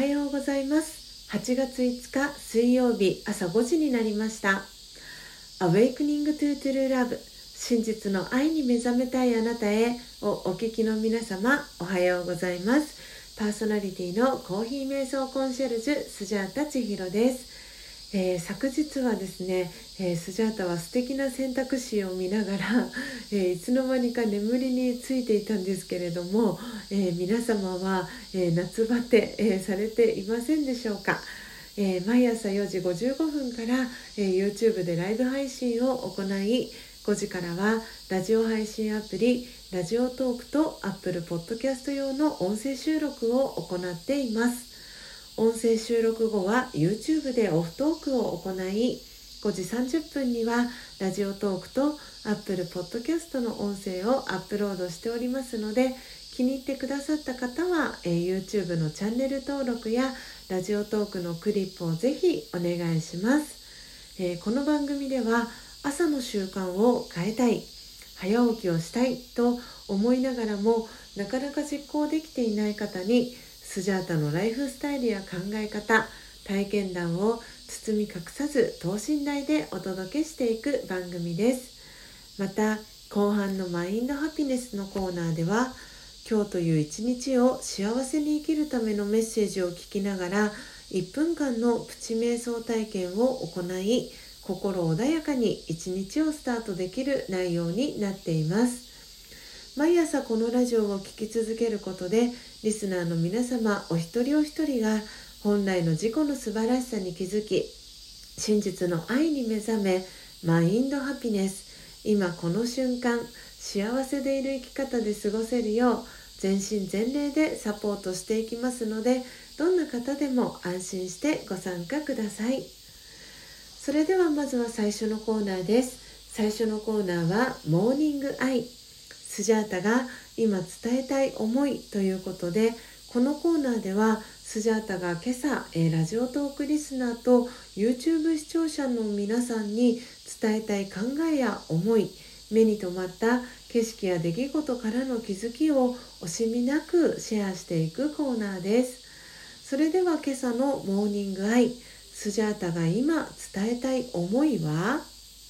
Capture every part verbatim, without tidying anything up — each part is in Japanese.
ようございます。はちがついつか水曜日朝ごじになりました。 Awakening to True Love 真実の愛に目覚めたいあなたへをお聞きの皆様、おはようございます。パーソナリティのコーヒー瞑想コンシェルジュスジャータ千尋です。えー、昨日はですね、えー、スジャータは素敵な選択肢を見ながら、えー、いつの間にか眠りについていたんですけれども、えー、皆様は、えー、夏バテ、えー、されていませんでしょうか。えー、毎朝よじごじゅうごふんから、えー、YouTube でライブ配信を行い、ごじからはラジオ配信アプリラジオトークと Apple Podcast 用の音声収録を行っています。音声収録後は YouTube でオフトークを行い、ごじさんじゅっぷんにはラジオトークと Apple Podcast の音声をアップロードしておりますので、気に入ってくださった方は、えー、YouTube のチャンネル登録やラジオトークのクリップをぜひお願いします。えー、この番組では朝の習慣を変えたい、早起きをしたいと思いながらもなかなか実行できていない方に、スジャータのライフスタイルや考え方、体験談を包み隠さず等身大でお届けしていく番組です。また後半のマインドハピネスのコーナーでは、今日という一日を幸せに生きるためのメッセージを聞きながらいっぷんかんのプチ瞑想体験を行い、心穏やかに一日をスタートできる内容になっています。毎朝このラジオを聴き続けることで、リスナーの皆様お一人お一人が本来の自己の素晴らしさに気づき、真実の愛に目覚め、マインドハピネス、今この瞬間幸せでいる生き方で過ごせるよう全身全霊でサポートしていきますので、どんな方でも安心してご参加ください。それではまずは最初のコーナーです。最初のコーナーはモーニングアイ。スジャータが今伝えたい思いということで、このコーナーではスジャータが今朝、えー、ラジオトークリスナーと YouTube 視聴者の皆さんに伝えたい考えや思い、目に留まった景色や出来事からの気づきを惜しみなくシェアしていくコーナーです。それでは今朝のモーニングアイ、スジャータが今伝えたい思いは、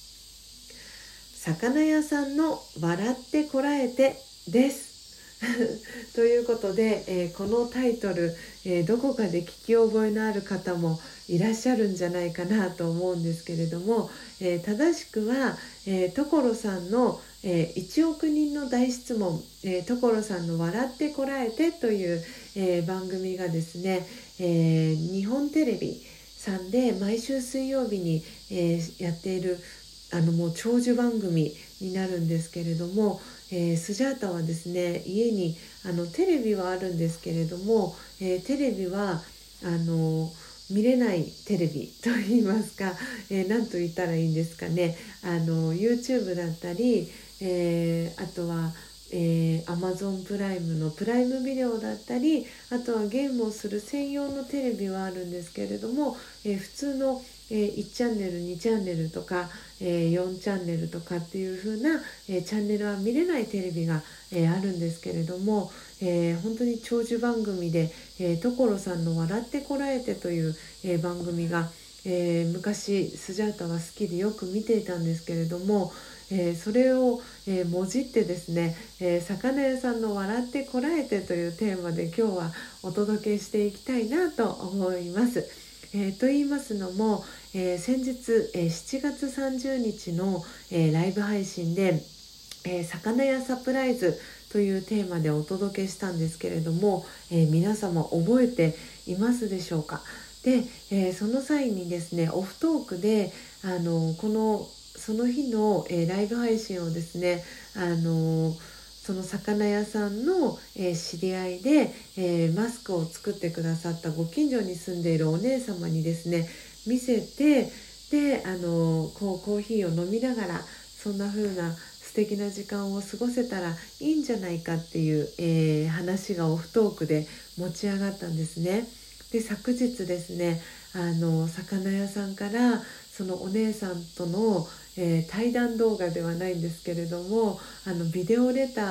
魚屋さんの笑ってこらえてですということで、えー、このタイトル、えー、どこかで聞き覚えのある方もいらっしゃるんじゃないかなと思うんですけれども、えー、正しくは、えー、所さんの、えー、いちおくにんの大質問、えー、所さんの笑ってこらえてという、えー、番組がですね、えー、日本テレビさんで毎週水曜日に、えー、やっているあのもう長寿番組になるんですけれども、えー、スジャータはですね、家にあのテレビはあるんですけれども、えー、テレビはあの見れないテレビといいますか、えー、何と言ったらいいんですかね、あの YouTube だったり、えー、あとはえー、Amazon プライムのプライムビデオだったり、あとはゲームをする専用のテレビはあるんですけれども、えー、普通の、えー、いちチャンネルにチャンネルとか、えー、よんチャンネルとかっていう風な、えー、チャンネルは見れないテレビが、えー、あるんですけれども、えー、本当に長寿番組で、えー、所さんの笑ってこらえてという、えー、番組が、えー、昔スジャータは好きでよく見ていたんですけれども、えー、それを、えー、もじってですね、えー、魚屋さんの笑ってこらえてというテーマで今日はお届けしていきたいなと思います。えー、と言いますのも、えー、先日、えー、しちがつさんじゅうにちの、えー、ライブ配信で、えー、魚屋サプライズというテーマでお届けしたんですけれども、えー、皆様覚えていますでしょうか。で、えー、その際にですね、オフトークであのこのその日の、えー、ライブ配信をですね、あのその魚屋さんの、えー、知り合いで、えー、マスクを作ってくださったご近所に住んでいるお姉様にですね見せて、であのこうコーヒーを飲みながらそんな風な素敵な時間を過ごせたらいいんじゃないかっていう、えー、話がオフトークで持ち上がったんですね。で昨日ですね、あの魚屋さんからそのお姉さんとの、えー、対談動画ではないんですけれども、あのビデオレタ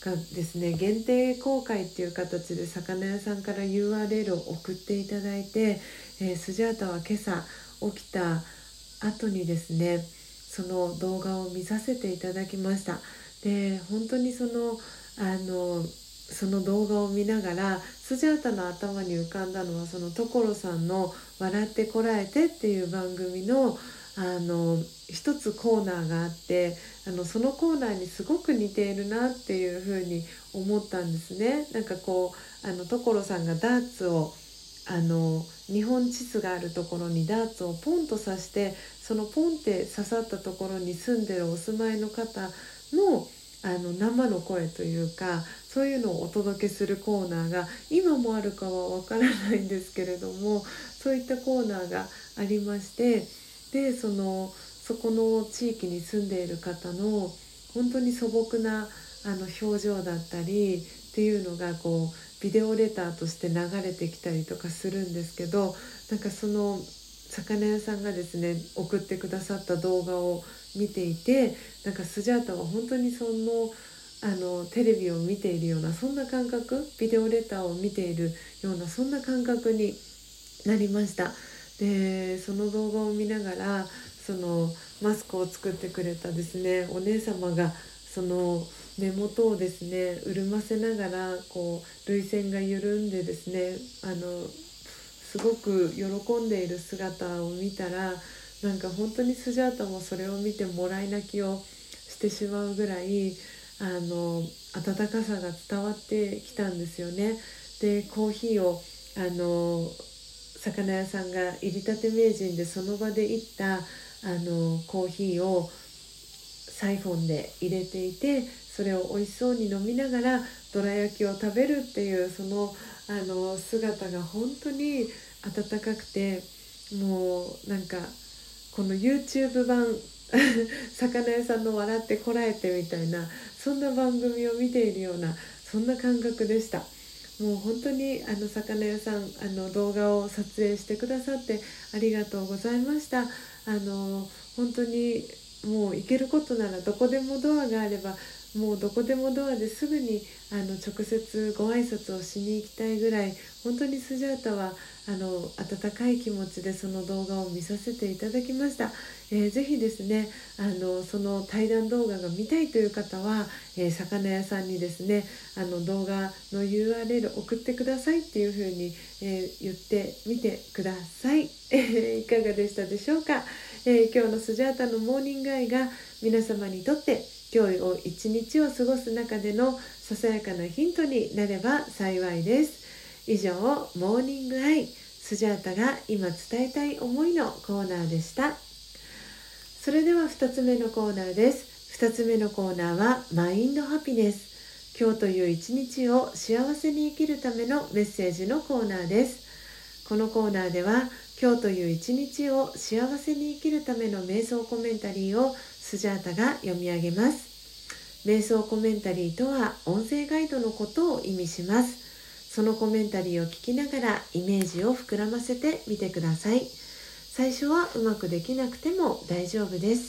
がですね、限定公開っていう形で魚屋さんから ユーアールエル を送っていただいて、えー、スジャータは今朝起きた後にですね、その動画を見させていただきました。で、本当にそのあのその動画を見ながらスジャータの頭に浮かんだのは、その所さんの笑ってこらえてっていう番組のあの一つコーナーがあって、あのそのコーナーにすごく似ているなっていうふうに思ったんですね。なんかこうあの所さんがダーツをあの日本地図があるところにダーツをポンと刺して、そのポンって刺さったところに住んでるお住まいの方のあの生の声というか、そういうのをお届けするコーナーが今もあるかはわからないんですけれども、そういったコーナーがありまして、でそのそこの地域に住んでいる方の本当に素朴なあの表情だったりっていうのがこうビデオレターとして流れてきたりとかするんですけど、なんかその魚屋さんがですね送ってくださった動画を見ていて、なんかスジャータは本当にそのあのテレビを見ているようなそんな感覚、ビデオレターを見ているようなそんな感覚になりました。でその動画を見ながら、そのマスクを作ってくれたですねお姉様がその根元をですね潤ませながらこう涙腺が緩んでですね、あのすごく喜んでいる姿を見たら、なんか本当にスジャータもそれを見てもらい泣きをしてしまうぐらいあの温かさが伝わってきたんですよね。でコーヒーをあの魚屋さんが入りたて名人でその場で行ったあのコーヒーをサイフォンで入れていて、それを美味しそうに飲みながらどら焼きを食べるっていうそのあの姿が本当に温かくて、もうなんかこの YouTube 版魚屋さんの笑ってこらえてみたいな、そんな番組を見ているようなそんな感覚でした。もう本当にあの魚屋さんあの動画を撮影してくださってありがとうございました。あの本当にもう行けることならどこでもドアがあればもうどこでもドアですぐにあの直接ご挨拶をしに行きたいぐらい、本当にスジャータはあの温かい気持ちでその動画を見させていただきました。えー、ぜひですねあのその対談動画が見たいという方は、えー、魚屋さんにですねあの動画の ユーアールエル 送ってくださいっていうふうに、えー、言ってみてください。いかがでしたでしょうか。えー、今日のスジャータのモーニングアイが皆様にとって今日を一日を過ごす中でのささやかなヒントになれば幸いです。以上、モーニングアイスジャータが今伝えたい思いのコーナーでした。それではふたつめのコーナーです。ふたつめのコーナーはマインドハピネス。今日という一日を幸せに生きるためのメッセージのコーナーです。このコーナーでは今日という一日を幸せに生きるための瞑想コメンタリーをスジャータが読み上げます。瞑想コメンタリーとは音声ガイドのことを意味します。そのコメンタリーを聞きながらイメージを膨らませてみてください。最初はうまくできなくても大丈夫です。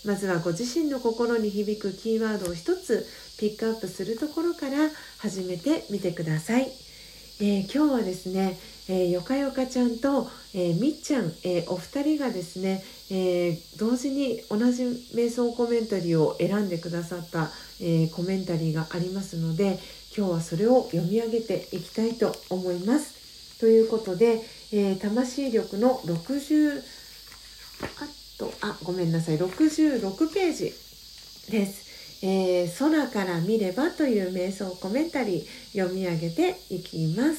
まずはご自身の心に響くキーワードを一つピックアップするところから始めてみてください。えー、今日はですね、えー、よかよかちゃんと、えー、みっちゃん、えー、お二人がですね、えー、同時に同じ瞑想コメンタリーを選んでくださった、えー、コメンタリーがありますので、今日はそれを読み上げていきたいと思います。ということで、えー、魂力のろくじゅうあとあごめんなさいろくじゅうろくページです。えー、空から見ればという瞑想コメンタリー読み上げていきます。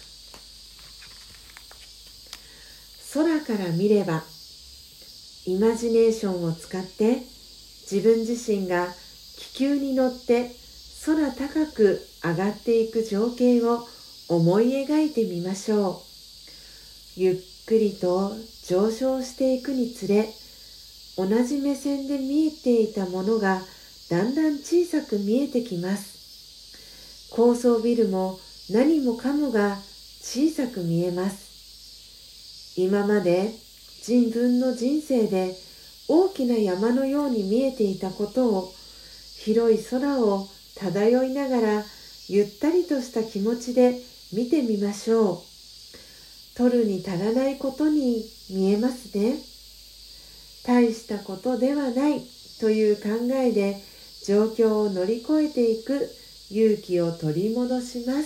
空から見れば、イマジネーションを使って自分自身が気球に乗って空高く上がっていく情景を思い描いてみましょう。ゆっくりと上昇していくにつれ、同じ目線で見えていたものがだんだん小さく見えてきます。高層ビルも何もかもが小さく見えます。今まで自分の人生で大きな山のように見えていたことを、広い空を漂いながらゆったりとした気持ちで見てみましょう。取るに足らないことに見えますね。大したことではないという考えで状況を乗り越えていく勇気を取り戻します。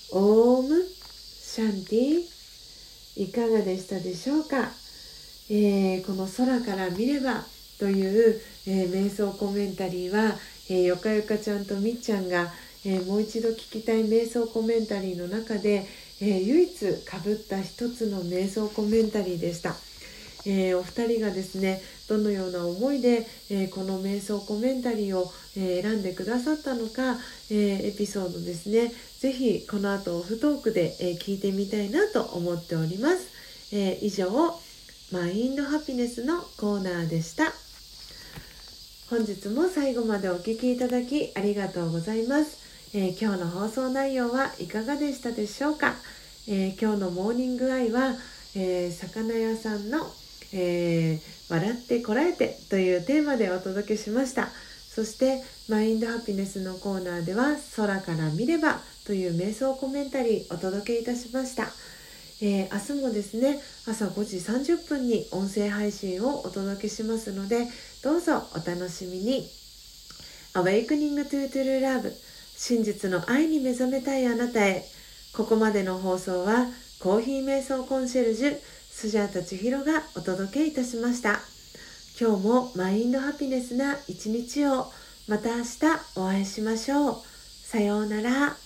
オームシャンティ。いかがでしたでしょうか。えー、この空から見ればという、えー、瞑想コメンタリーは、えー、よかよかちゃんとみっちゃんが、えー、もう一度聞きたい瞑想コメンタリーの中で、えー、唯一かぶった一つの瞑想コメンタリーでした。えー、お二人がですね、どのような思いで、えー、この瞑想コメンタリーを、えー、選んでくださったのか、えー、エピソードですね、ぜひこの後オフトークで、えー、聞いてみたいなと思っております。えー、以上マインドハピネスのコーナーでした。本日も最後までお聞きいただきありがとうございます。えー、今日の放送内容はいかがでしたでしょうか。えー、今日のモーニングアイは、えー、魚屋さんの、えー、笑ってこらえてというテーマでお届けしました。そしてマインドハピネスのコーナーでは空から見ればという瞑想コメンタリーお届けいたしました。えー、明日もですね、朝ごじさんじゅっぷんに音声配信をお届けしますので、どうぞお楽しみに。 Awakening to True Love、 真実の愛に目覚めたいあなたへ。ここまでの放送はコーヒー瞑想コンシェルジュスジャータ千尋がお届けいたしました。今日もマインドハピネスな一日を。また明日お会いしましょう。さようなら。